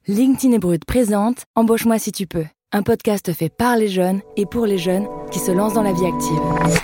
LinkedIn et Brut présente Embauche-moi si tu peux, un podcast fait par les jeunes et pour les jeunes qui se lancent dans la vie active.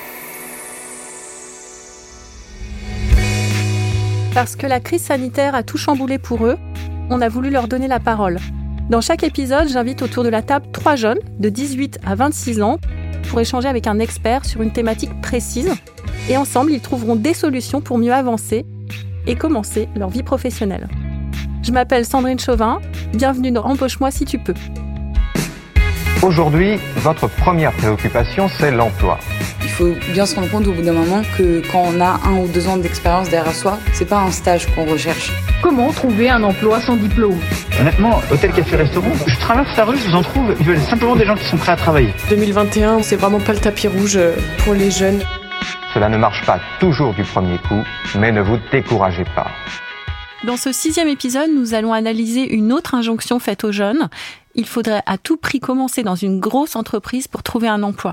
Parce que la crise sanitaire a tout chamboulé pour eux, on a voulu leur donner la parole. Dans chaque épisode, j'invite autour de la table 3 jeunes de 18 à 26 ans pour échanger avec un expert sur une thématique précise. Et ensemble, ils trouveront des solutions pour mieux avancer et commencer leur vie professionnelle. Je m'appelle Sandrine Chauvin, bienvenue dans Embauche-moi si tu peux. Aujourd'hui, votre première préoccupation, c'est l'emploi. Il faut bien se rendre compte au bout d'un moment que quand on a 1 ou 2 ans d'expérience derrière soi, c'est pas un stage qu'on recherche. Comment trouver un emploi sans diplôme ? Honnêtement, hôtel, café, restaurant, je traverse la rue, je vous en trouve, ils veulent simplement des gens qui sont prêts à travailler. 2021, c'est vraiment pas le tapis rouge pour les jeunes. Cela ne marche pas toujours du premier coup, mais ne vous découragez pas. Dans ce 6e épisode, nous allons analyser une autre injonction faite aux jeunes. Il faudrait à tout prix commencer dans une grosse entreprise pour trouver un emploi.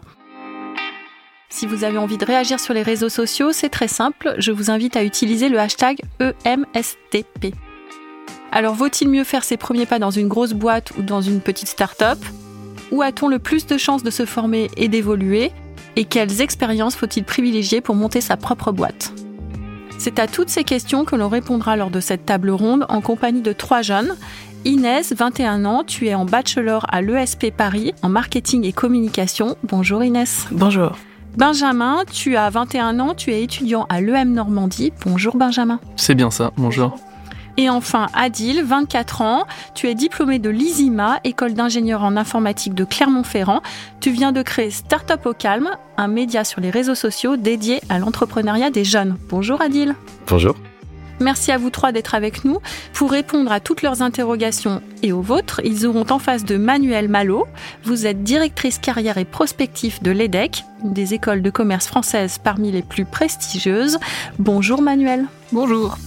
Si vous avez envie de réagir sur les réseaux sociaux, c'est très simple. Je vous invite à utiliser le hashtag EMSTP. Alors, vaut-il mieux faire ses premiers pas dans une grosse boîte ou dans une petite start-up ? Où a-t-on le plus de chances de se former et d'évoluer ? Et quelles expériences faut-il privilégier pour monter sa propre boîte ? C'est à toutes ces questions que l'on répondra lors de cette table ronde en compagnie de 3 jeunes. Inès, 21 ans, tu es en bachelor à l'ESP Paris en marketing et communication. Bonjour Inès. Bonjour. Benjamin, tu as 21 ans, tu es étudiant à l'EM Normandie. Bonjour Benjamin. C'est bien ça, bonjour. Et enfin Adil, 24 ans, tu es diplômé de l'ISIMA, école d'ingénieur en informatique de Clermont-Ferrand. Tu viens de créer Startup au Calme, un média sur les réseaux sociaux dédié à l'entrepreneuriat des jeunes. Bonjour Adil. Bonjour. Merci à vous 3 d'être avec nous. Pour répondre à toutes leurs interrogations et aux vôtres, ils auront en face de Manuelle Malo. Vous êtes directrice carrière et prospectif de l'EDEC, une des écoles de commerce françaises parmi les plus prestigieuses. Bonjour Manuelle. Bonjour.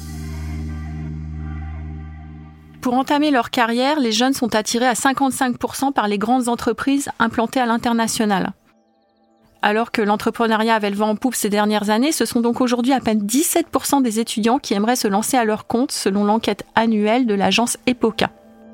Pour entamer leur carrière, les jeunes sont attirés à 55% par les grandes entreprises implantées à l'international. Alors que l'entrepreneuriat avait le vent en poupe ces dernières années, ce sont donc aujourd'hui à peine 17% des étudiants qui aimeraient se lancer à leur compte, selon l'enquête annuelle de l'agence EPOCA.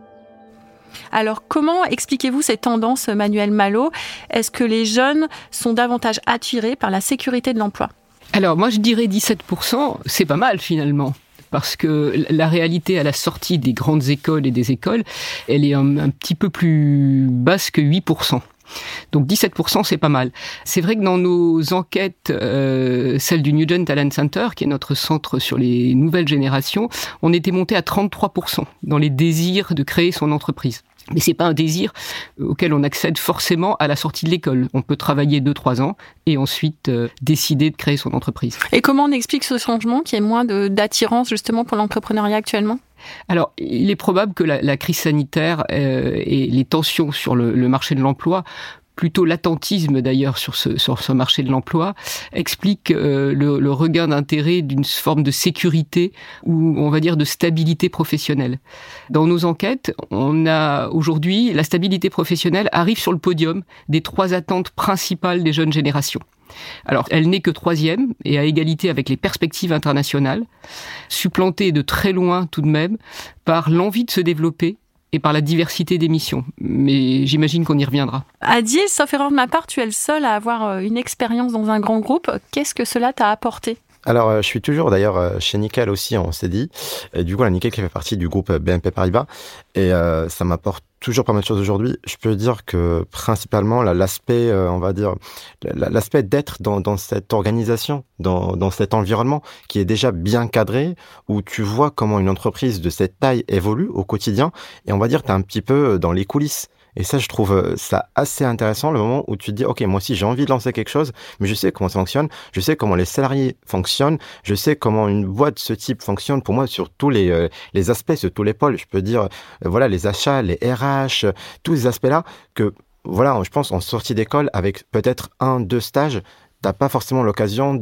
Alors, comment expliquez-vous ces tendances, Manuelle Malo ? Est-ce que les jeunes sont davantage attirés par la sécurité de l'emploi ? Alors, moi, je dirais 17%, c'est pas mal finalement. Parce que la réalité à la sortie des grandes écoles et des écoles, elle est un petit peu plus basse que 8%. Donc 17%, c'est pas mal. C'est vrai que dans nos enquêtes, celle du New Gen Talent Center, qui est notre centre sur les nouvelles générations, on était monté à 33% dans les désirs de créer son entreprise. Mais c'est pas un désir auquel on accède forcément à la sortie de l'école. On peut travailler 2-3 ans et ensuite décider de créer son entreprise. Et comment on explique ce changement, qu'il y ait moins d'attirance justement pour l'entrepreneuriat actuellement ? Alors, il est probable que la crise sanitaire et les tensions sur le marché de l'emploi, plutôt l'attentisme d'ailleurs sur ce marché de l'emploi, explique le regain d'intérêt d'une forme de sécurité ou on va dire de stabilité professionnelle. Dans nos enquêtes, on a aujourd'hui, la stabilité professionnelle arrive sur le podium des 3 attentes principales des jeunes générations. Alors, elle n'est que 3e et à égalité avec les perspectives internationales, supplantée de très loin tout de même par l'envie de se développer et par la diversité des missions. Mais j'imagine qu'on y reviendra. Adil, sauf erreur de ma part, tu es le seul à avoir une expérience dans un grand groupe. Qu'est-ce que cela t'a apporté ? Alors, je suis toujours d'ailleurs chez Nickel aussi en CDI. Et du coup, la Nickel qui fait partie du groupe BNP Paribas. Et ça m'apporte toujours pas mal de choses aujourd'hui. Je peux dire que principalement, l'aspect, on va dire, l'aspect d'être dans cette organisation, dans cet environnement qui est déjà bien cadré, où tu vois comment une entreprise de cette taille évolue au quotidien. Et on va dire, t'es un petit peu dans les coulisses. Et ça, je trouve ça assez intéressant, le moment où tu te dis, OK, moi aussi, j'ai envie de lancer quelque chose, mais je sais comment ça fonctionne, je sais comment les salariés fonctionnent, je sais comment une boîte de ce type fonctionne pour moi sur tous les aspects, sur tous les pôles. Je peux dire, voilà, les achats, les RH, tous ces aspects-là que, voilà, je pense, en sortie d'école, avec peut-être 1-2 stages, t'as pas forcément l'occasion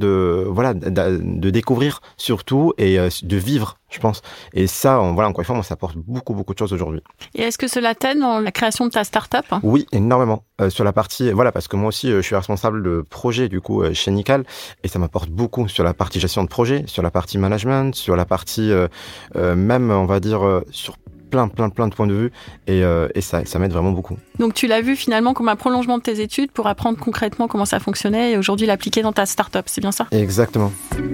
de découvrir surtout et de vivre, je pense. Et ça, voilà, encore une fois, moi, ça apporte beaucoup de choses aujourd'hui. Et est-ce que cela t'aide dans la création de ta start-up ? Oui, énormément. Sur la partie, voilà, parce que moi aussi, je suis responsable de projet, du coup, chez Nickel, et ça m'apporte beaucoup sur la partie gestion de projet, sur la partie management, sur la partie, même, on va dire, sur plein de points de vue et ça m'aide vraiment beaucoup. Donc tu l'as vu finalement comme un prolongement de tes études pour apprendre concrètement comment ça fonctionnait et aujourd'hui l'appliquer dans ta start-up, c'est bien ça ? Exactement.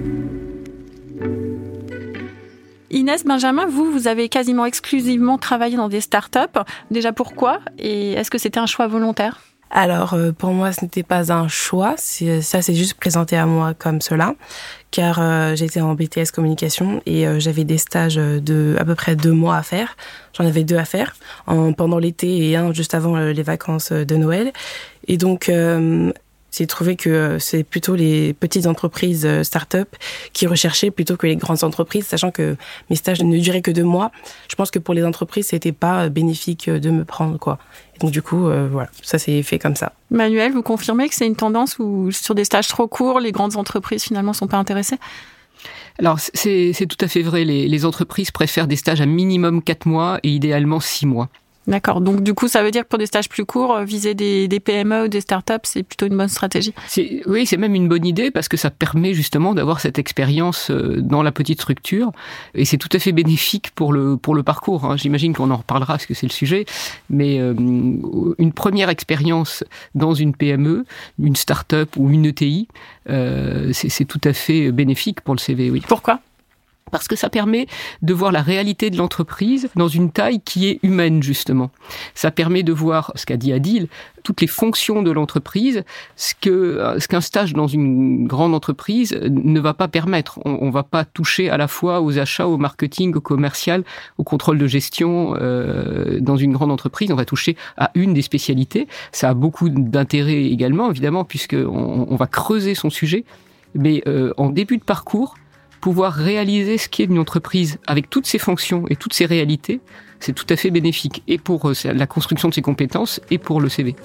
Inès, Benjamin, vous avez quasiment exclusivement travaillé dans des start-up. Déjà pourquoi ? Et est-ce que c'était un choix volontaire ? Alors, pour moi, ce n'était pas un choix. Ça s'est juste présenté à moi comme cela. Car j'étais en BTS communication et j'avais des stages de à peu près 2 mois à faire. J'en avais 2 à faire pendant l'été et un juste avant les vacances de Noël. Et donc, j'ai trouvé que c'est plutôt les petites entreprises start-up qui recherchaient plutôt que les grandes entreprises, sachant que mes stages ne duraient que 2 mois. Je pense que pour les entreprises, c'était pas bénéfique de me prendre, quoi. Et donc du coup, voilà, ça s'est fait comme ça. Manuel, vous confirmez que c'est une tendance où sur des stages trop courts, les grandes entreprises finalement sont pas intéressées ? Alors, c'est tout à fait vrai. Les entreprises préfèrent des stages à minimum 4 mois et idéalement 6 mois. D'accord. Donc, du coup, ça veut dire que pour des stages plus courts, viser des PME ou des startups, c'est plutôt une bonne stratégie. Oui, c'est même une bonne idée parce que ça permet justement d'avoir cette expérience dans la petite structure et c'est tout à fait bénéfique pour le parcours. Hein. J'imagine qu'on en reparlera parce que c'est le sujet, mais une première expérience dans une PME, une start-up ou une ETI, c'est tout à fait bénéfique pour le CV. Oui. Pourquoi ? Parce que ça permet de voir la réalité de l'entreprise dans une taille qui est humaine, justement. Ça permet de voir, ce qu'a dit Adil, toutes les fonctions de l'entreprise, ce qu'un stage dans une grande entreprise ne va pas permettre. On ne va pas toucher à la fois aux achats, au marketing, au commercial, au contrôle de gestion. Dans une grande entreprise, on va toucher à une des spécialités. Ça a beaucoup d'intérêt également, évidemment, puisqu'on va creuser son sujet. Mais en début de parcours, pouvoir réaliser ce qu'est une entreprise avec toutes ses fonctions et toutes ses réalités, c'est tout à fait bénéfique, et pour la construction de ses compétences, et pour le CV.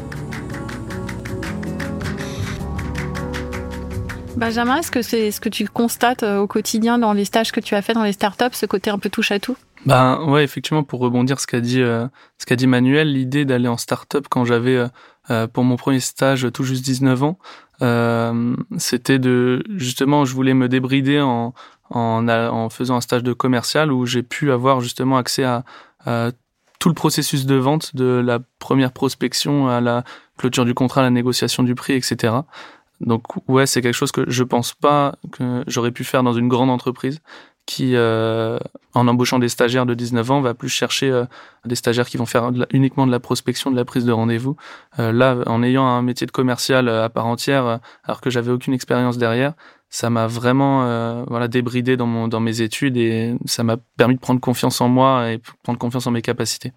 Benjamin, est-ce que c'est ce que tu constates au quotidien dans les stages que tu as fait dans les startups, ce côté un peu touche-à-tout ? Ouais, effectivement, pour rebondir ce qu'a dit Manuel, l'idée d'aller en start-up quand j'avais, pour mon premier stage, tout juste 19 ans, c'était justement, je voulais me débrider en faisant un stage de commercial où j'ai pu avoir justement accès à tout le processus de vente, de la première prospection à la clôture du contrat, à la négociation du prix, etc. Donc ouais, c'est quelque chose que je pense pas que j'aurais pu faire dans une grande entreprise qui, en embauchant des stagiaires de 19 ans, va plus chercher des stagiaires qui vont faire uniquement de la prospection, de la prise de rendez-vous. Là, en ayant un métier de commercial à part entière, alors que j'avais aucune expérience derrière, ça m'a vraiment débridé dans mes études et ça m'a permis de prendre confiance en moi et prendre confiance en mes capacités.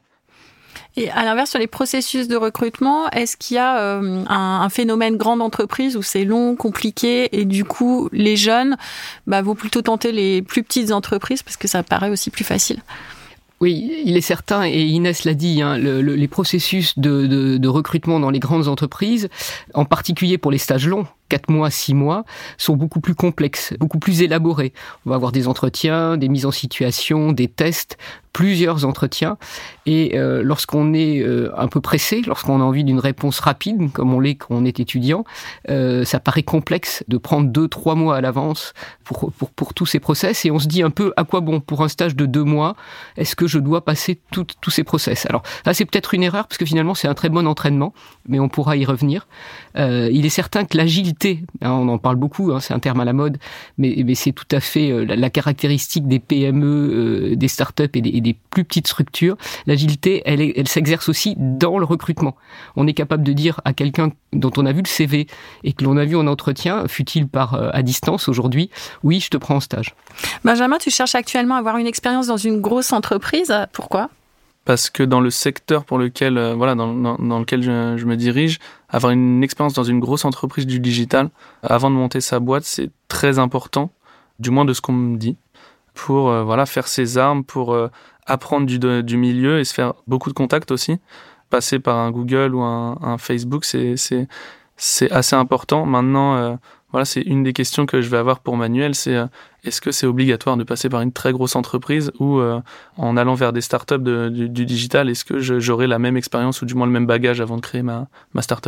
Et à l'inverse, sur les processus de recrutement, est-ce qu'il y a un phénomène grande entreprise où c'est long, compliqué et du coup, les jeunes vont plutôt tenter les plus petites entreprises parce que ça paraît aussi plus facile ? Oui, il est certain, et Inès l'a dit, les processus de recrutement dans les grandes entreprises, en particulier pour les stages longs, 4 mois, 6 mois, sont beaucoup plus complexes, beaucoup plus élaborés. On va avoir des entretiens, des mises en situation, des tests, plusieurs entretiens. Et lorsqu'on est un peu pressé, lorsqu'on a envie d'une réponse rapide, comme on l'est quand on est étudiant, ça paraît complexe de prendre 2-3 mois à l'avance pour tous ces process. Et on se dit un peu, à quoi bon pour un stage de 2 mois ? Est-ce que je dois passer tous ces process ? Alors là, c'est peut-être une erreur, parce que finalement, c'est un très bon entraînement, mais on pourra y revenir. Il est certain que l'agilité, on en parle beaucoup, c'est un terme à la mode, mais c'est tout à fait la caractéristique des PME, des startups et des plus petites structures. L'agilité, elle s'exerce aussi dans le recrutement. On est capable de dire à quelqu'un dont on a vu le CV et que l'on a vu en entretien, fût-il à distance aujourd'hui, oui, je te prends en stage. Benjamin, tu cherches actuellement à avoir une expérience dans une grosse entreprise. Pourquoi ? Parce que dans le secteur pour lequel, dans lequel je me dirige, avoir une expérience dans une grosse entreprise du digital, avant de monter sa boîte, c'est très important, du moins de ce qu'on me dit, pour faire ses armes, pour apprendre du milieu et se faire beaucoup de contacts aussi. Passer par un Google ou un Facebook, c'est assez important. Maintenant, c'est une des questions que je vais avoir pour Manuel, c'est est-ce que c'est obligatoire de passer par une très grosse entreprise ou en allant vers des startups du digital, est-ce que j'aurai la même expérience ou du moins le même bagage avant de créer ma startup ?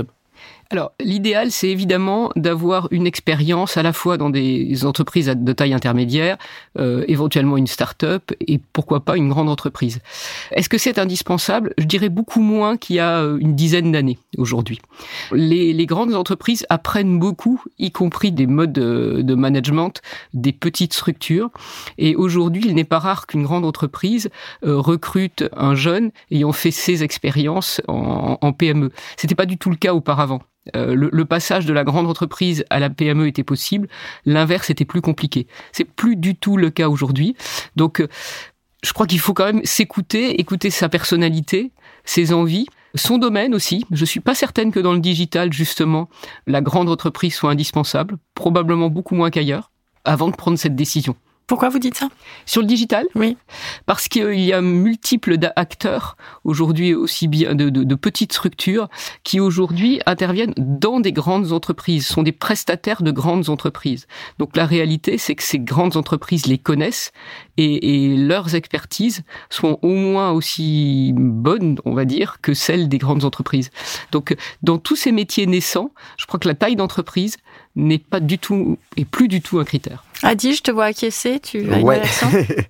Alors, l'idéal, c'est évidemment d'avoir une expérience à la fois dans des entreprises de taille intermédiaire, éventuellement une start-up et pourquoi pas une grande entreprise. Est-ce que c'est indispensable ? Je dirais beaucoup moins qu'il y a une dizaine d'années aujourd'hui. Les grandes entreprises apprennent beaucoup, y compris des modes de management, des petites structures. Et aujourd'hui, il n'est pas rare qu'une grande entreprise recrute un jeune ayant fait ses expériences en PME. C'était pas du tout le cas auparavant. Le passage de la grande entreprise à la PME était possible, l'inverse était plus compliqué. C'est plus du tout le cas aujourd'hui. Donc, je crois qu'il faut quand même écouter sa personnalité, ses envies, son domaine aussi. Je suis pas certaine que dans le digital, justement, la grande entreprise soit indispensable, probablement beaucoup moins qu'ailleurs, avant de prendre cette décision. Pourquoi vous dites ça ? Sur le digital ? Oui. Parce qu'il y a multiples acteurs, aujourd'hui aussi bien de petites structures, qui aujourd'hui interviennent dans des grandes entreprises, sont des prestataires de grandes entreprises. Donc la réalité, c'est que ces grandes entreprises les connaissent et leurs expertises sont au moins aussi bonnes, on va dire, que celles des grandes entreprises. Donc dans tous ces métiers naissants, je crois que la taille d'entreprise n'est pas du tout et plus du tout un critère. Adi, je te vois acquiescer, tu as une réaction ?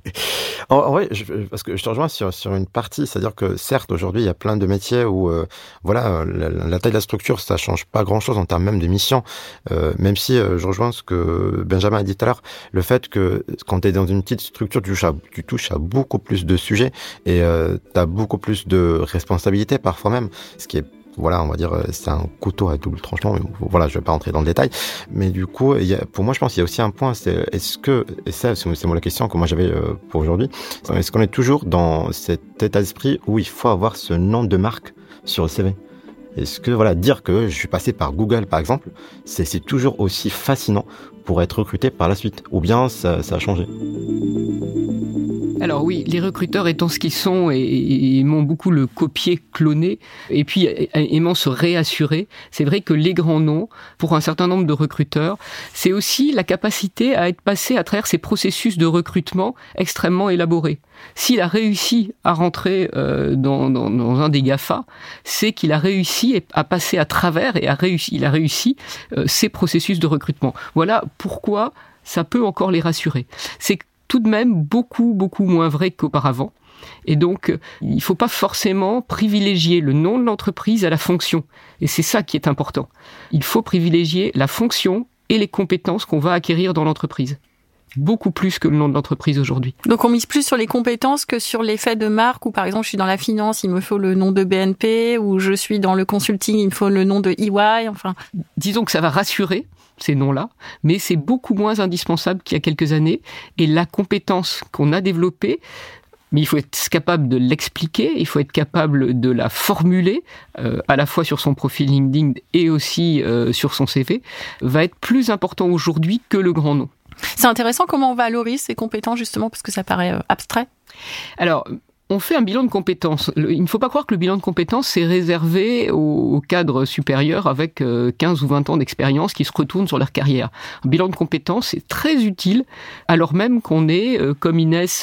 En vrai, parce que je te rejoins sur une partie, c'est-à-dire que certes, aujourd'hui, il y a plein de métiers où, la taille de la structure, ça change pas grand-chose en termes même de mission, même si je rejoins ce que Benjamin a dit tout à l'heure, le fait que quand tu es dans une petite structure, tu touches à beaucoup plus de sujets et tu as beaucoup plus de responsabilités parfois même, ce qui est on va dire, c'est un couteau à double tranchant. Voilà, je vais pas rentrer dans le détail. Mais du coup, pour moi, je pense qu'il y a aussi un point, c'est est-ce que, et ça, c'est moi la question que moi j'avais pour aujourd'hui, est-ce qu'on est toujours dans cet état d'esprit où il faut avoir ce nom de marque sur le CV ? Est-ce que, dire que je suis passé par Google, par exemple, c'est toujours aussi fascinant pour être recruté par la suite ? Ou bien ça a changé ? Alors oui, les recruteurs étant ce qu'ils sont et aimant beaucoup le copier-cloner et puis aimant se réassurer, c'est vrai que les grands noms, pour un certain nombre de recruteurs, c'est aussi la capacité à être passé à travers ces processus de recrutement extrêmement élaborés. S'il a réussi à rentrer dans un des GAFA, c'est qu'il a réussi à passer à travers et il a réussi ces processus de recrutement. Voilà pourquoi ça peut encore les rassurer. C'est tout de même beaucoup, beaucoup moins vrai qu'auparavant. Et donc, il ne faut pas forcément privilégier le nom de l'entreprise à la fonction. Et c'est ça qui est important. Il faut privilégier la fonction et les compétences qu'on va acquérir dans l'entreprise. Beaucoup plus que le nom de l'entreprise aujourd'hui. Donc on mise plus sur les compétences que sur l'effet de marque, où par exemple je suis dans la finance, il me faut le nom de BNP, ou je suis dans le consulting, il me faut le nom de EY, enfin... Disons que ça va rassurer, ces noms-là, mais c'est beaucoup moins indispensable qu'il y a quelques années, et la compétence qu'on a développée, mais il faut être capable de l'expliquer, il faut être capable de la formuler, à la fois sur son profil LinkedIn et aussi sur son CV, va être plus important aujourd'hui que le grand nom. C'est intéressant comment on valorise ces compétences, justement, parce que ça paraît abstrait. Alors, on fait un bilan de compétences. Il ne faut pas croire que le bilan de compétences, c'est réservé aux cadres supérieurs avec 15 ou 20 ans d'expérience qui se retournent sur leur carrière. Un bilan de compétences, c'est très utile, alors même qu'on est, comme Inès,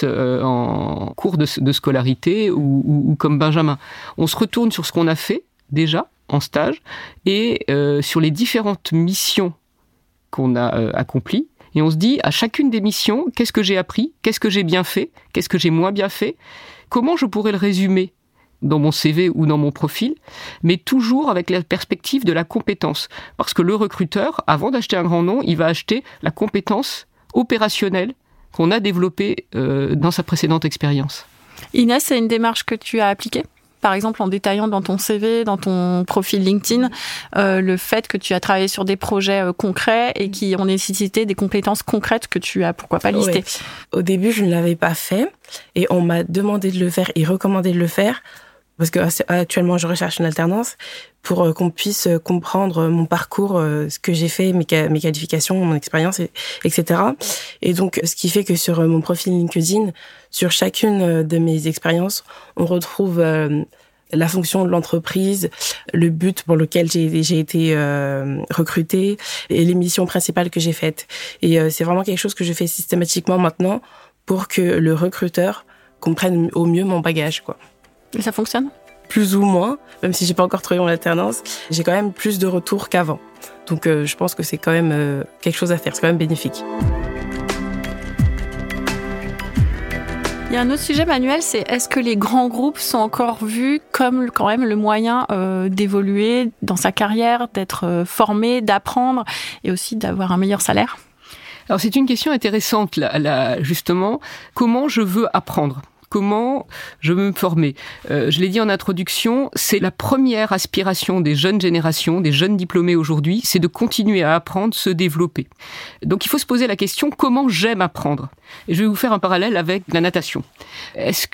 en cours de scolarité ou comme Benjamin. On se retourne sur ce qu'on a fait, déjà, en stage, et sur les différentes missions qu'on a accomplies. Et on se dit, à chacune des missions, qu'est-ce que j'ai appris ? Qu'est-ce que j'ai bien fait ? Qu'est-ce que j'ai moins bien fait ? Comment je pourrais le résumer dans mon CV ou dans mon profil ? Mais toujours avec la perspective de la compétence. Parce que le recruteur, avant d'acheter un grand nom, il va acheter la compétence opérationnelle qu'on a développée dans sa précédente expérience. Inès, c'est une démarche que tu as appliquée ? Par exemple, en détaillant dans ton CV, dans ton profil LinkedIn, le fait que tu as travaillé sur des projets concrets et qui ont nécessité des compétences concrètes que tu as, pourquoi pas, listées. Oui. Au début, je ne l'avais pas fait et on m'a demandé de le faire et recommandé de le faire parce que actuellement, je recherche une alternance pour qu'on puisse comprendre mon parcours, ce que j'ai fait, mes qualifications, mon expérience, etc. Et donc, ce qui fait que sur mon profil LinkedIn, sur chacune de mes expériences, on retrouve la fonction de l'entreprise, le but pour lequel j'ai été recrutée et les missions principales que j'ai faites. Et c'est vraiment quelque chose que je fais systématiquement maintenant pour que le recruteur comprenne au mieux mon bagage, quoi. Et ça fonctionne ? plus ou moins, même si j'ai pas encore trouvé mon alternance, j'ai quand même plus de retours qu'avant. Donc je pense que c'est quand même quelque chose à faire, c'est quand même bénéfique. Il y a un autre sujet, Manuel, c'est est-ce que les grands groupes sont encore vus comme quand même le moyen d'évoluer dans sa carrière, d'être formé, d'apprendre et aussi d'avoir un meilleur salaire ? Alors c'est une question intéressante, là, justement. Comment je veux apprendre ? Comment je veux me former ? Je l'ai dit en introduction, c'est la première aspiration des jeunes générations, des jeunes diplômés aujourd'hui, c'est de continuer à apprendre, se développer. Donc il faut se poser la question, comment j'aime apprendre ? Et je vais vous faire un parallèle avec la natation. Est-ce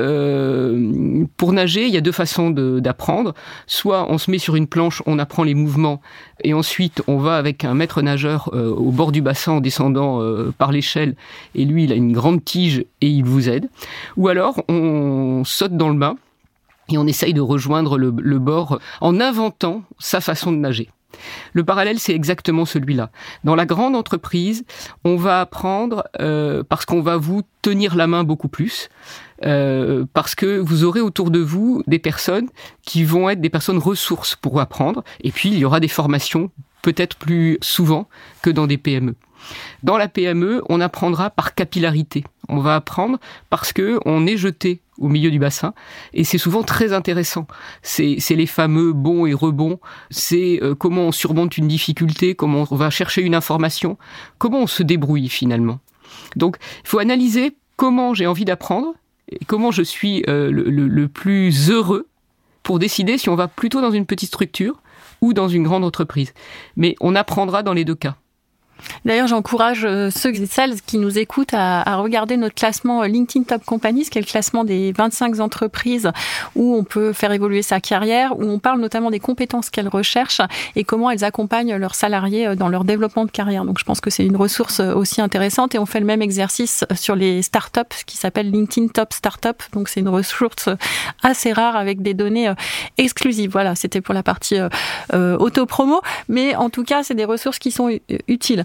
que pour nager, il y a deux façons d'apprendre. Soit on se met sur une planche, on apprend les mouvements, et ensuite on va avec un maître nageur au bord du bassin en descendant par l'échelle, et lui il a une grande tige et il vous aide. Ou alors on saute dans le bain et on essaye de rejoindre le bord en inventant sa façon de nager. Le parallèle, c'est exactement celui-là. Dans la grande entreprise, on va apprendre parce qu'on va vous tenir la main beaucoup plus, parce que vous aurez autour de vous des personnes qui vont être des personnes ressources pour apprendre, et puis il y aura des formations peut-être plus souvent que dans des PME. Dans la PME, on apprendra par capillarité. On va apprendre parce que on est jeté au milieu du bassin et c'est souvent très intéressant. C'est les fameux bons et rebonds, c'est comment on surmonte une difficulté, comment on va chercher une information, comment on se débrouille finalement. Donc, il faut analyser comment j'ai envie d'apprendre et comment je suis le plus heureux pour décider si on va plutôt dans une petite structure ou dans une grande entreprise. Mais on apprendra dans les deux cas. D'ailleurs, j'encourage ceux et celles qui nous écoutent à regarder notre classement LinkedIn Top Companies, qui est le classement des 25 entreprises où on peut faire évoluer sa carrière, où on parle notamment des compétences qu'elles recherchent et comment elles accompagnent leurs salariés dans leur développement de carrière. Donc, je pense que c'est une ressource aussi intéressante et on fait le même exercice sur les startups qui s'appelle LinkedIn Top Startup. Donc, c'est une ressource assez rare avec des données exclusives. Voilà, c'était pour la partie auto-promo. Mais en tout cas, c'est des ressources qui sont utiles.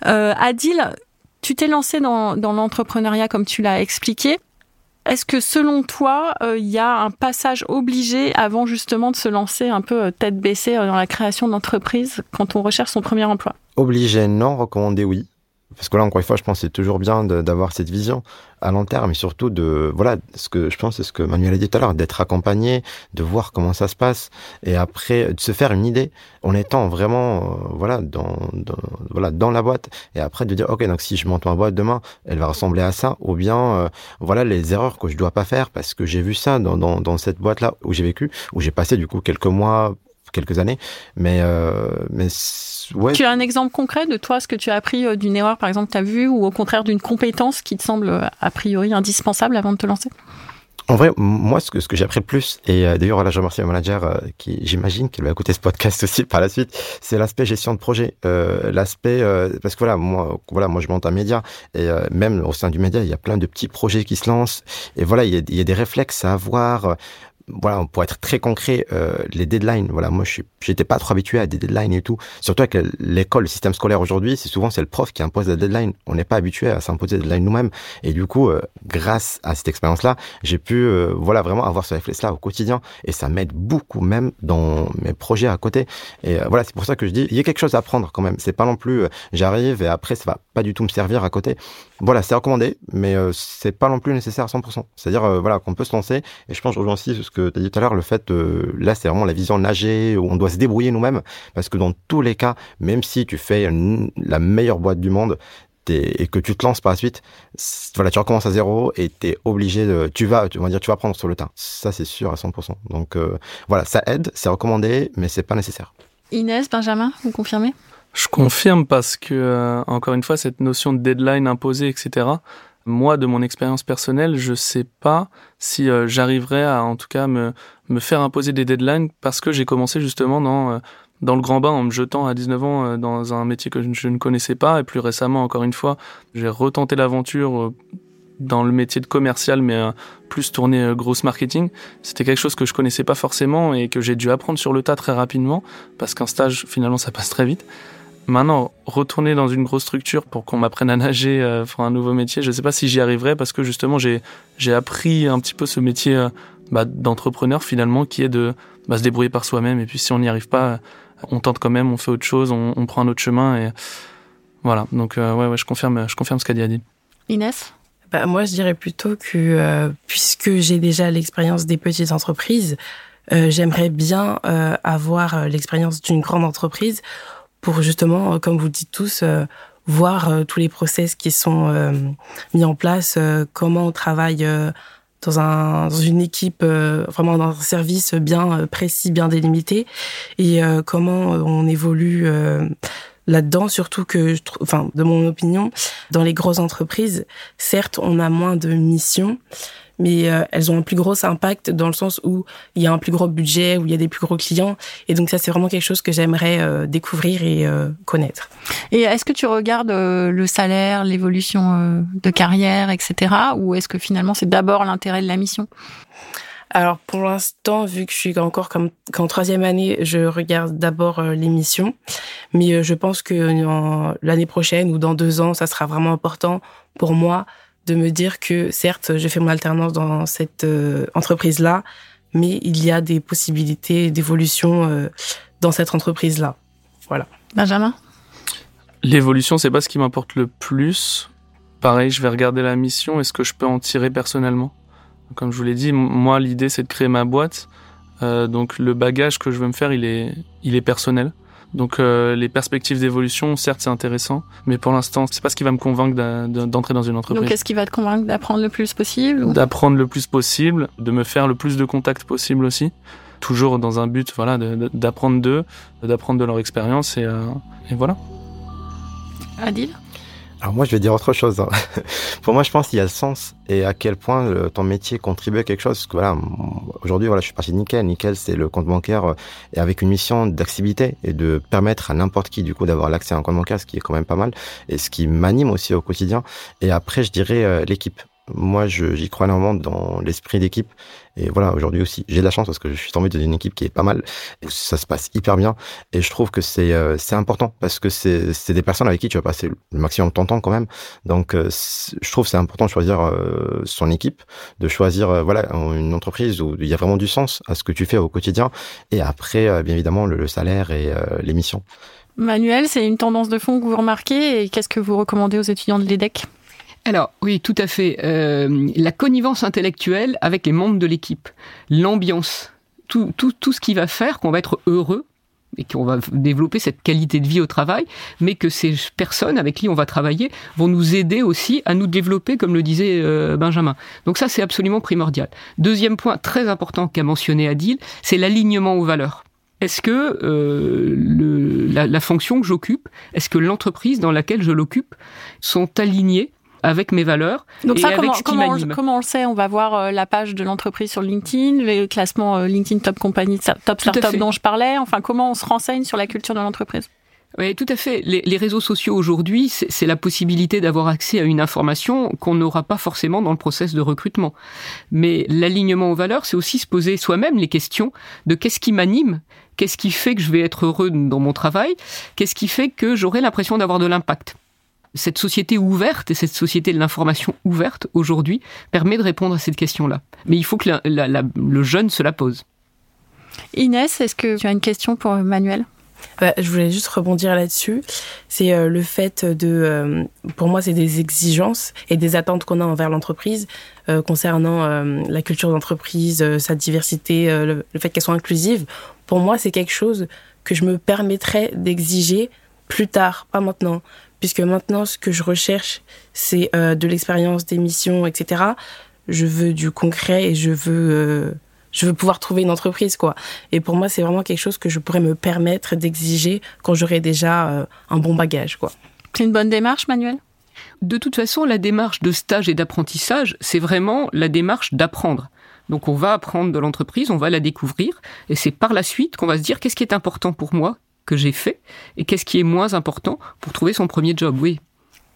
Adil, tu t'es lancé dans l'entrepreneuriat comme tu l'as expliqué. Est-ce que selon toi, il y a un passage obligé avant justement de se lancer un peu tête baissée dans la création d'entreprise quand on recherche son premier emploi ? Obligé, non. Recommandé, oui. Parce que là, encore une fois, je pense que c'est toujours bien d'avoir cette vision à long terme et surtout ce que je pense, c'est ce que Manuel a dit tout à l'heure, d'être accompagné, de voir comment ça se passe et après de se faire une idée en étant vraiment, dans la boîte et après de dire, ok, donc si je monte ma boîte demain, elle va ressembler à ça ou bien, les erreurs que je dois pas faire parce que j'ai vu ça dans cette boîte-là où j'ai vécu, où j'ai passé du coup quelques mois, quelques années, mais ouais. Tu as un exemple concret de toi, ce que tu as appris d'une erreur, par exemple, que tu as vue, ou au contraire d'une compétence qui te semble a priori indispensable avant de te lancer ? En vrai, moi, ce que j'ai appris le plus, et d'ailleurs, là, je remercie ma manager qui, j'imagine, qu'elle va écouter ce podcast aussi par la suite, c'est l'aspect gestion de projet. Parce que moi, je monte un média, et même au sein du média, il y a plein de petits projets qui se lancent, et il y a des réflexes à avoir. Pour être très concret, les deadlines, moi j'étais pas trop habitué à des deadlines et tout. Surtout avec l'école, le système scolaire aujourd'hui, c'est le prof qui impose la deadline. On n'est pas habitué à s'imposer des deadlines nous-mêmes. Et du coup, grâce à cette expérience-là, j'ai pu vraiment avoir ce réflexe-là au quotidien. Et ça m'aide beaucoup même dans mes projets à côté. Et c'est pour ça que je dis, il y a quelque chose à apprendre quand même. C'est pas non plus, j'arrive et après ça va pas du tout me servir à côté. C'est recommandé, mais c'est pas non plus nécessaire à 100%. C'est-à-dire qu'on peut se lancer. Et je pense que je rejoins aussi ce que tu as dit tout à l'heure, le fait, là c'est vraiment la vision nager, où on doit se débrouiller nous-mêmes, parce que dans tous les cas, même si tu fais la meilleure boîte du monde, et que tu te lances par la suite, tu recommences à zéro et t'es obligé tu vas prendre sur le tas. Ça c'est sûr à 100%. Donc ça aide, c'est recommandé, mais c'est pas nécessaire. Inès, Benjamin, vous confirmez ? Je confirme parce que, encore une fois, cette notion de deadline imposée, etc., moi, de mon expérience personnelle, je sais pas si j'arriverai à, en tout cas, me faire imposer des deadlines parce que j'ai commencé justement dans le grand bain en me jetant à 19 ans dans un métier que je ne connaissais pas. Et plus récemment, encore une fois, j'ai retenté l'aventure dans le métier de commercial, mais plus tourné gross marketing. C'était quelque chose que je connaissais pas forcément et que j'ai dû apprendre sur le tas très rapidement parce qu'un stage, finalement, ça passe très vite. Maintenant, retourner dans une grosse structure pour qu'on m'apprenne à nager pour un nouveau métier, je ne sais pas si j'y arriverai parce que justement j'ai appris un petit peu ce métier d'entrepreneur finalement qui est de se débrouiller par soi-même. Et puis si on n'y arrive pas, on tente quand même, on fait autre chose, on prend un autre chemin. Et voilà. Donc je confirme ce qu'a dit Adil. Inès ? Moi, je dirais plutôt que puisque j'ai déjà l'expérience des petites entreprises, j'aimerais bien avoir l'expérience d'une grande entreprise pour justement, comme vous le dites tous, voir tous les process qui sont mis en place, comment on travaille dans une équipe, vraiment dans un service bien précis, bien délimité, et comment on évolue là-dedans, surtout que, de mon opinion, dans les grosses entreprises, certes, on a moins de missions, mais elles ont un plus gros impact dans le sens où il y a un plus gros budget, où il y a des plus gros clients. Et donc ça, c'est vraiment quelque chose que j'aimerais découvrir et connaître. Et est-ce que tu regardes le salaire, l'évolution de carrière, etc. ou est-ce que finalement, c'est d'abord l'intérêt de la mission ? Alors pour l'instant, vu que je suis encore qu'en 3e année, je regarde d'abord les missions. Mais je pense que l'année prochaine ou dans 2 ans, ça sera vraiment important pour moi de me dire que certes, je fais mon alternance dans cette entreprise-là, mais il y a des possibilités d'évolution dans cette entreprise-là. Voilà. Benjamin ? L'évolution, c'est pas ce qui m'importe le plus. Pareil, je vais regarder la mission et ce que je peux en tirer personnellement. Comme je vous l'ai dit, moi, l'idée, c'est de créer ma boîte. Donc, le bagage que je veux me faire, il est personnel. Donc, les perspectives d'évolution, certes, c'est intéressant. Mais pour l'instant, c'est pas ce qui va me convaincre d'entrer dans une entreprise. Donc, qu'est-ce qui va te convaincre d'apprendre le plus possible ou... D'apprendre le plus possible, de me faire le plus de contacts possible aussi. Toujours dans un but, d'apprendre d'eux, d'apprendre de leur expérience et voilà. Adil ? Alors moi, je vais dire autre chose. Pour moi, je pense qu'il y a le sens et à quel point ton métier contribue à quelque chose. Parce que aujourd'hui, je suis parti de Nickel. Nickel, c'est le compte bancaire et avec une mission d'accessibilité et de permettre à n'importe qui, du coup, d'avoir l'accès à un compte bancaire, ce qui est quand même pas mal et ce qui m'anime aussi au quotidien. Et après, je dirais l'équipe. Moi, j'y crois énormément dans l'esprit d'équipe. Et voilà, aujourd'hui aussi, j'ai de la chance parce que je suis tombé dans une équipe qui est pas mal. Et ça se passe hyper bien. Et je trouve que c'est important parce que c'est des personnes avec qui tu vas passer le maximum de ton temps quand même. Donc, je trouve que c'est important de choisir son équipe, de choisir une entreprise où il y a vraiment du sens à ce que tu fais au quotidien. Et après, bien évidemment, le salaire et les missions. Manuel, c'est une tendance de fond que vous remarquez et qu'est-ce que vous recommandez aux étudiants de l'EDEC ? Alors, oui, tout à fait. La connivence intellectuelle avec les membres de l'équipe, l'ambiance, tout ce qui va faire qu'on va être heureux et qu'on va développer cette qualité de vie au travail, mais que ces personnes avec qui on va travailler vont nous aider aussi à nous développer, comme le disait Benjamin. Donc ça, c'est absolument primordial. Deuxième point très important qu'a mentionné Adil, c'est l'alignement aux valeurs. Est-ce que la fonction que j'occupe, est-ce que l'entreprise dans laquelle je l'occupe sont alignées avec mes valeurs. Donc et ça, avec ce qui m'anime. Comment on le sait ? On va voir la page de l'entreprise sur LinkedIn, le classement LinkedIn Top Company, Top Startup dont je parlais. Enfin, comment on se renseigne sur la culture de l'entreprise ? Oui, tout à fait. Les réseaux sociaux aujourd'hui, c'est la possibilité d'avoir accès à une information qu'on n'aura pas forcément dans le process de recrutement. Mais l'alignement aux valeurs, c'est aussi se poser soi-même les questions de qu'est-ce qui m'anime ? Qu'est-ce qui fait que je vais être heureux dans mon travail ? Qu'est-ce qui fait que j'aurai l'impression d'avoir de l'impact ? Cette société ouverte et cette société de l'information ouverte, aujourd'hui, permet de répondre à cette question-là. Mais il faut que le jeune se la pose. Inès, est-ce que tu as une question pour Manuel ? Je voulais juste rebondir là-dessus. C'est le fait pour moi, c'est des exigences et des attentes qu'on a envers l'entreprise concernant la culture d'entreprise, sa diversité, le fait qu'elle soit inclusive. Pour moi, c'est quelque chose que je me permettrais d'exiger plus tard, pas maintenant. Puisque maintenant, ce que je recherche, c'est de l'expérience, des missions, etc. Je veux du concret et je veux pouvoir trouver une entreprise, quoi. Et pour moi, c'est vraiment quelque chose que je pourrais me permettre d'exiger quand j'aurai déjà un bon bagage, quoi. C'est une bonne démarche, Manuel ? De toute façon, la démarche de stage et d'apprentissage, c'est vraiment la démarche d'apprendre. Donc, on va apprendre de l'entreprise, on va la découvrir, et c'est par la suite qu'on va se dire qu'est-ce qui est important pour moi, que j'ai fait, et qu'est-ce qui est moins important pour trouver son premier job, oui.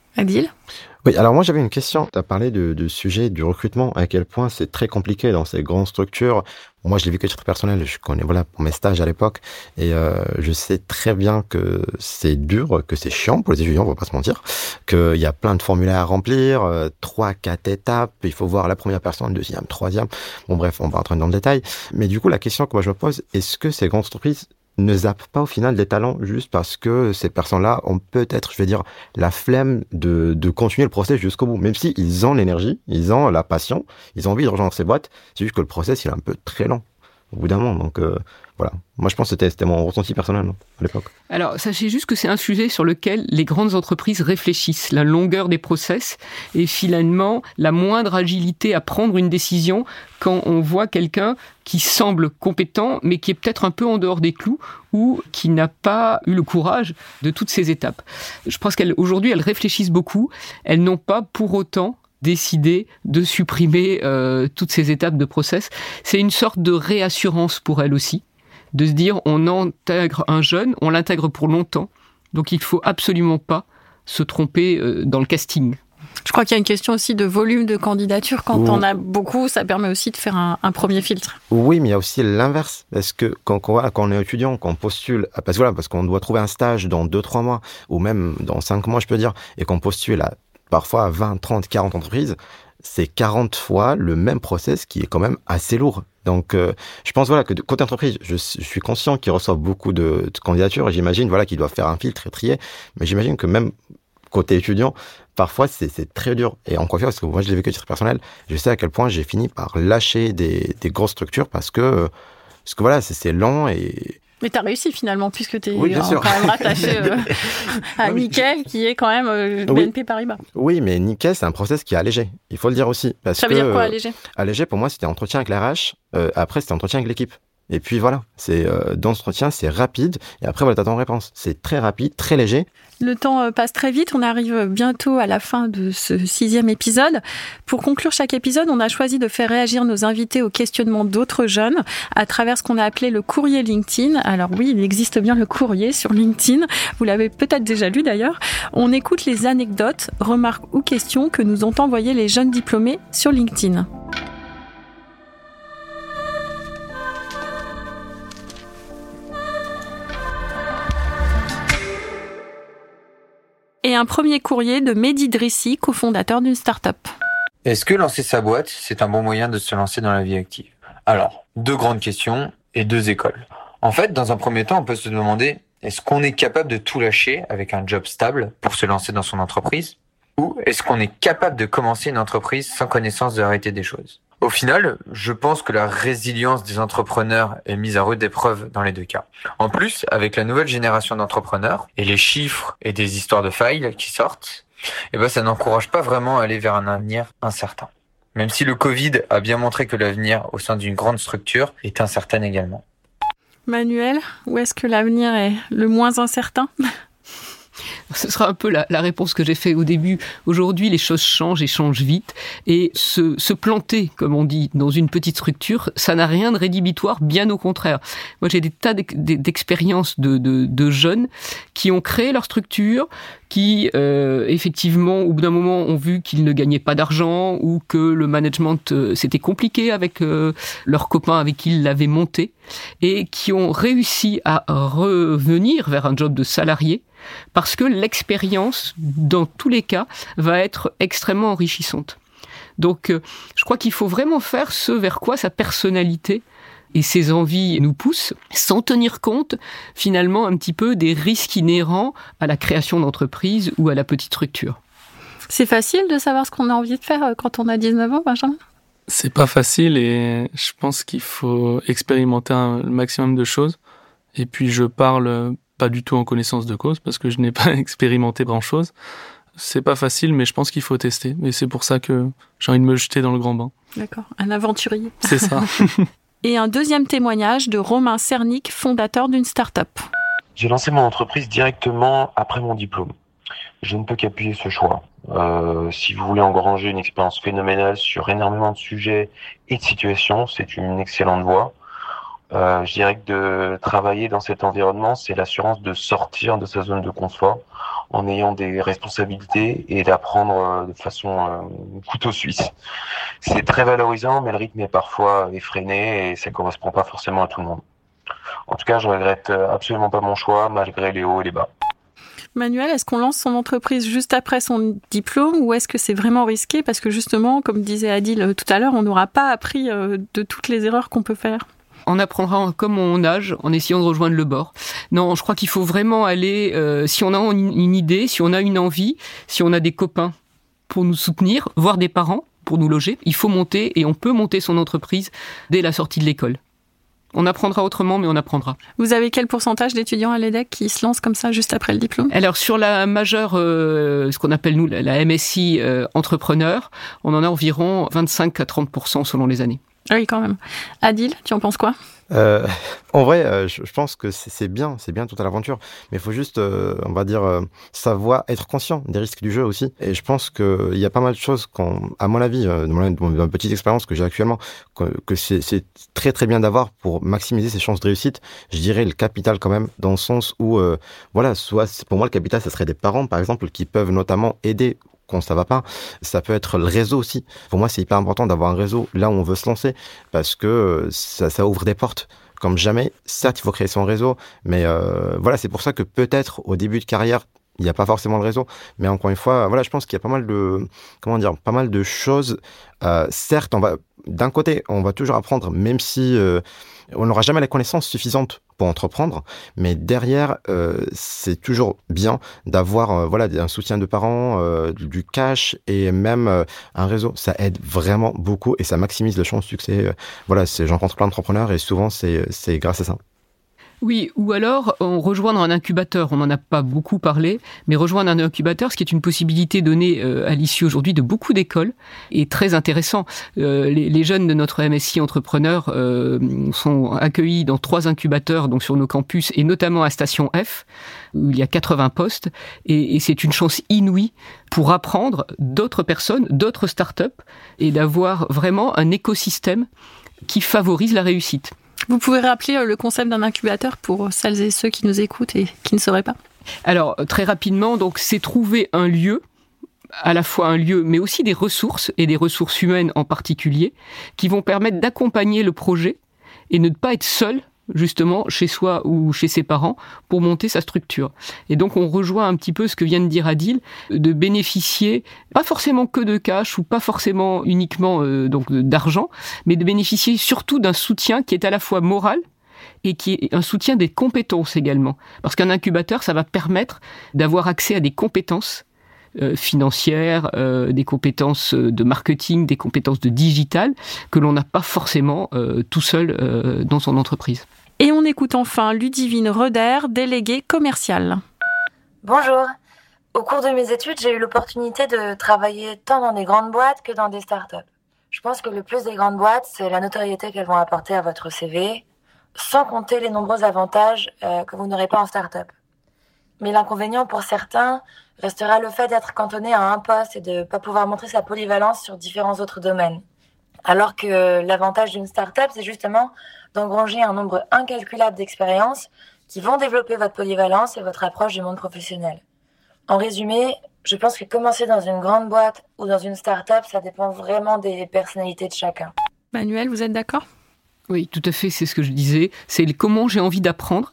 Adil ? Oui, alors moi j'avais une question. Tu as parlé du sujet du recrutement, à quel point c'est très compliqué dans ces grandes structures. Moi je l'ai vécu à titre personnel, je connais pour mes stages à l'époque, et je sais très bien que c'est dur, que c'est chiant pour les étudiants, on va pas se mentir, qu'il y a plein de formulaires à remplir, 3-4 étapes, il faut voir la première personne, deuxième, troisième. Bon bref, on va rentrer dans le détail. Mais du coup la question que moi je me pose, est-ce que ces grandes entreprises ne zappent pas au final des talents juste parce que ces personnes-là ont peut-être, la flemme de continuer le process jusqu'au bout. Même si ils ont l'énergie, ils ont la passion, ils ont envie de rejoindre ces boîtes, c'est juste que le process, il est un peu très lent au bout d'un moment. Donc voilà. Moi, je pense que c'était mon ressenti personnel à l'époque. Alors, sachez juste que c'est un sujet sur lequel les grandes entreprises réfléchissent, la longueur des process et finalement la moindre agilité à prendre une décision quand on voit quelqu'un qui semble compétent mais qui est peut-être un peu en dehors des clous ou qui n'a pas eu le courage de toutes ces étapes. Je pense qu'aujourd'hui, elles réfléchissent beaucoup. Elles n'ont pas pour autant décidé de supprimer toutes ces étapes de process. C'est une sorte de réassurance pour elles aussi, de se dire on intègre un jeune, on l'intègre pour longtemps, donc il ne faut absolument pas se tromper dans le casting. Je crois qu'il y a une question aussi de volume de candidature. Quand on a beaucoup, ça permet aussi de faire un premier filtre. Oui, mais il y a aussi l'inverse. Parce que quand on est étudiant, qu'on postule, parce qu'on doit trouver un stage dans 2-3 mois, ou même dans 5 mois, je peux dire, et qu'on postule à parfois 20, 30, 40 entreprises, c'est 40 fois le même process qui est quand même assez lourd. Donc, je pense que côté entreprise, je suis conscient qu'ils reçoivent beaucoup de candidatures et j'imagine qu'ils doivent faire un filtre et trier. Mais j'imagine que même côté étudiant, parfois c'est très dur. Et en quoi faire, parce que moi je l'ai vécu à titre personnel, je sais à quel point j'ai fini par lâcher des grosses structures parce que c'est lent et... Mais t'as réussi finalement, puisque t'es quand même rattaché à Nickel, qui est quand même BNP Paribas. Oui, mais Nickel, c'est un process qui est allégé. Il faut le dire aussi. Ça veut dire quoi, allégé ? Allégé, pour moi, c'était entretien avec la RH. Après, c'était entretien avec l'équipe. Et puis voilà, dans l'entretien, c'est rapide. Et après, t'as ton réponse. C'est très rapide, très léger. Le temps passe très vite. On arrive bientôt à la fin de ce 6e épisode. Pour conclure chaque épisode, on a choisi de faire réagir nos invités aux questionnements d'autres jeunes à travers ce qu'on a appelé le courrier LinkedIn. Alors oui, il existe bien le courrier sur LinkedIn. Vous l'avez peut-être déjà lu d'ailleurs. On écoute les anecdotes, remarques ou questions que nous ont envoyées les jeunes diplômés sur LinkedIn. Et un premier courrier de Mehdi Drissi, cofondateur d'une start-up. Est-ce que lancer sa boîte, c'est un bon moyen de se lancer dans la vie active ? Alors, 2 grandes questions et 2 écoles. En fait, dans un premier temps, on peut se demander, est-ce qu'on est capable de tout lâcher avec un job stable pour se lancer dans son entreprise ? Ou est-ce qu'on est capable de commencer une entreprise sans connaissance de la réalité des choses ? Au final, je pense que la résilience des entrepreneurs est mise à rude épreuve dans les 2 cas. En plus, avec la nouvelle génération d'entrepreneurs et les chiffres et des histoires de failles qui sortent, ça n'encourage pas vraiment à aller vers un avenir incertain. Même si le Covid a bien montré que l'avenir au sein d'une grande structure est incertain également. Manuel, où est-ce que l'avenir est le moins incertain ? Ce sera un peu la réponse que j'ai fait au début. Aujourd'hui, les choses changent et changent vite. Et se planter, comme on dit, dans une petite structure, ça n'a rien de rédhibitoire, bien au contraire. Moi, j'ai des tas d'expériences de jeunes qui ont créé leur structure, qui, effectivement, au bout d'un moment, ont vu qu'ils ne gagnaient pas d'argent ou que le management, c'était compliqué avec leurs copains avec qui ils l'avaient monté et qui ont réussi à revenir vers un job de salarié parce que l'expérience, dans tous les cas, va être extrêmement enrichissante. Donc, je crois qu'il faut vraiment faire ce vers quoi sa personnalité et ses envies nous poussent, sans tenir compte, finalement, un petit peu des risques inhérents à la création d'entreprise ou à la petite structure. C'est facile de savoir ce qu'on a envie de faire quand on a 19 ans, Benjamin ? C'est pas facile et je pense qu'il faut expérimenter le maximum de choses. Et puis, je parle pas du tout en connaissance de cause parce que je n'ai pas expérimenté grand-chose. C'est pas facile, mais je pense qu'il faut tester. Et c'est pour ça que j'ai envie de me jeter dans le grand bain. D'accord, un aventurier. C'est ça. Et un deuxième témoignage de Romain Cernic, fondateur d'une start-up. J'ai lancé mon entreprise directement après mon diplôme. Je ne peux qu'appuyer ce choix. Si vous voulez engranger une expérience phénoménale sur énormément de sujets et de situations, c'est une excellente voie. Je dirais que de travailler dans cet environnement, c'est l'assurance de sortir de sa zone de confort en ayant des responsabilités et d'apprendre de façon couteau suisse. C'est très valorisant, mais le rythme est parfois effréné et ça correspond pas forcément à tout le monde. En tout cas, je regrette absolument pas mon choix, malgré les hauts et les bas. Manuel, est-ce qu'on lance son entreprise juste après son diplôme ou est-ce que c'est vraiment risqué parce que justement, comme disait Adil tout à l'heure, on n'aura pas appris de toutes les erreurs qu'on peut faire? On apprendra comme on nage en essayant de rejoindre le bord. Non, je crois qu'il faut vraiment aller, si on a une idée, si on a une envie, si on a des copains pour nous soutenir, voire des parents pour nous loger, il faut monter et on peut monter son entreprise dès la sortie de l'école. On apprendra autrement, mais on apprendra. Vous avez quel pourcentage d'étudiants à l'EDEC qui se lancent comme ça juste après le diplôme? Alors sur la majeure, ce qu'on appelle nous la MSI entrepreneur, on en a environ 25 à 30% selon les années. Oui, quand même. Adil, tu en penses quoi? En vrai, je pense que c'est bien toute l'aventure, mais il faut juste, on va dire, savoir être conscient des risques du jeu aussi. Et je pense qu'il y a pas mal de choses à mon avis, dans ma petite expérience que j'ai actuellement, que c'est très très bien d'avoir pour maximiser ses chances de réussite. Je dirais le capital quand même, dans le sens où, voilà, soit pour moi le capital, ça serait des parents par exemple qui peuvent notamment aider quand ça va pas. Ça peut être le réseau aussi. Pour moi, c'est hyper important d'avoir un réseau là où on veut se lancer parce que ça ouvre des portes comme jamais. Certes, il faut créer son réseau, mais voilà, c'est pour ça que peut-être au début de carrière, il n'y a pas forcément le réseau. Mais encore une fois, voilà, je pense qu'il y a pas mal de choses. Certes, d'un côté, on va toujours apprendre, même si on n'aura jamais les connaissances suffisantes pour entreprendre, mais derrière, c'est toujours bien d'avoir un soutien de parents, du cash et même un réseau. Ça aide vraiment beaucoup et ça maximise les chances de succès. J'en rencontre plein d'entrepreneurs et souvent, c'est grâce à ça. Oui, ou alors rejoindre un incubateur. On n'en a pas beaucoup parlé, mais rejoindre un incubateur, ce qui est une possibilité donnée à l'issue aujourd'hui de beaucoup d'écoles, est très intéressant. Les jeunes de notre MSI entrepreneurs sont accueillis dans 3 incubateurs donc sur nos campus, et notamment à Station F, où il y a 80 postes, et c'est une chance inouïe pour apprendre d'autres personnes, d'autres startups, et d'avoir vraiment un écosystème qui favorise la réussite. Vous pouvez rappeler le concept d'un incubateur pour celles et ceux qui nous écoutent et qui ne sauraient pas? Alors, très rapidement, donc, c'est trouver un lieu, à la fois un lieu, mais aussi des ressources, et des ressources humaines en particulier, qui vont permettre d'accompagner le projet et ne pas être seul, justement, chez soi ou chez ses parents, pour monter sa structure. Et donc, on rejoint un petit peu ce que vient de dire Adil, de bénéficier, pas forcément que de cash, ou pas forcément uniquement d'argent, mais de bénéficier surtout d'un soutien qui est à la fois moral, et qui est un soutien des compétences également. Parce qu'un incubateur, ça va permettre d'avoir accès à des compétences financières, des compétences de marketing, des compétences de digital, que l'on n'a pas forcément tout seul dans son entreprise. Et on écoute enfin Ludivine Roder, déléguée commerciale. Bonjour. Au cours de mes études, j'ai eu l'opportunité de travailler tant dans des grandes boîtes que dans des startups. Je pense que le plus des grandes boîtes, c'est la notoriété qu'elles vont apporter à votre CV, sans compter les nombreux avantages que vous n'aurez pas en startup. Mais l'inconvénient pour certains restera le fait d'être cantonné à un poste et de ne pas pouvoir montrer sa polyvalence sur différents autres domaines. Alors que l'avantage d'une start-up, c'est justement d'engranger un nombre incalculable d'expériences qui vont développer votre polyvalence et votre approche du monde professionnel. En résumé, je pense que commencer dans une grande boîte ou dans une start-up, ça dépend vraiment des personnalités de chacun. Manuel, vous êtes d'accord? Oui, tout à fait, c'est ce que je disais. C'est comment j'ai envie d'apprendre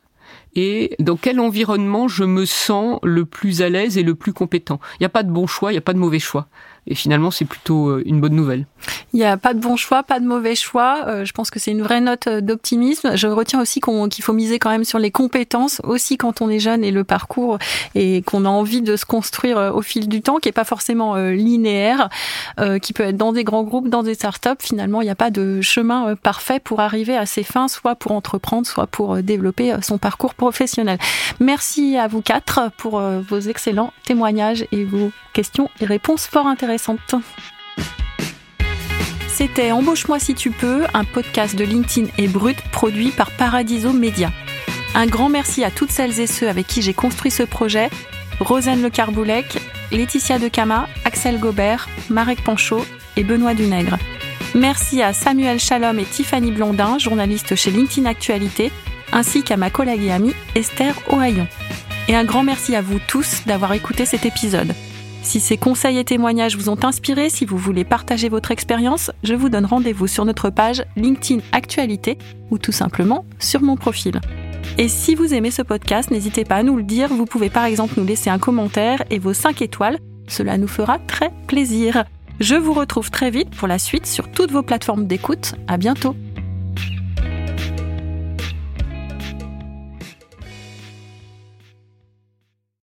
et dans quel environnement je me sens le plus à l'aise et le plus compétent. Il n'y a pas de bon choix, il n'y a pas de mauvais choix. Et finalement, c'est plutôt une bonne nouvelle. Il n'y a pas de bon choix, pas de mauvais choix. Je pense que c'est une vraie note d'optimisme. Je retiens aussi qu'il faut miser quand même sur les compétences, aussi quand on est jeune, et le parcours, et qu'on a envie de se construire au fil du temps, qui n'est pas forcément linéaire, qui peut être dans des grands groupes, dans des startups. Finalement, il n'y a pas de chemin parfait pour arriver à ses fins, soit pour entreprendre, soit pour développer son parcours professionnel. Merci à vous 4 pour vos excellents témoignages et vos questions et réponses fort intéressantes. C'était Embauche-moi si tu peux, un podcast de LinkedIn et Brut produit par Paradiso Média. Un grand merci à toutes celles et ceux avec qui j'ai construit ce projet: Rosane Le Carboulec, Laetitia Decama, Axel Gobert, Marek Panchaud et Benoît Dunègre. Merci à Samuel Chalom et Tiffany Blondin, journalistes chez LinkedIn Actualité, ainsi qu'à ma collègue et amie Esther Ohaillon. Et un grand merci à vous tous d'avoir écouté cet épisode. Si ces conseils et témoignages vous ont inspiré, si vous voulez partager votre expérience, je vous donne rendez-vous sur notre page LinkedIn Actualité ou tout simplement sur mon profil. Et si vous aimez ce podcast, n'hésitez pas à nous le dire. Vous pouvez par exemple nous laisser un commentaire et vos 5 étoiles. Cela nous fera très plaisir. Je vous retrouve très vite pour la suite sur toutes vos plateformes d'écoute. À bientôt.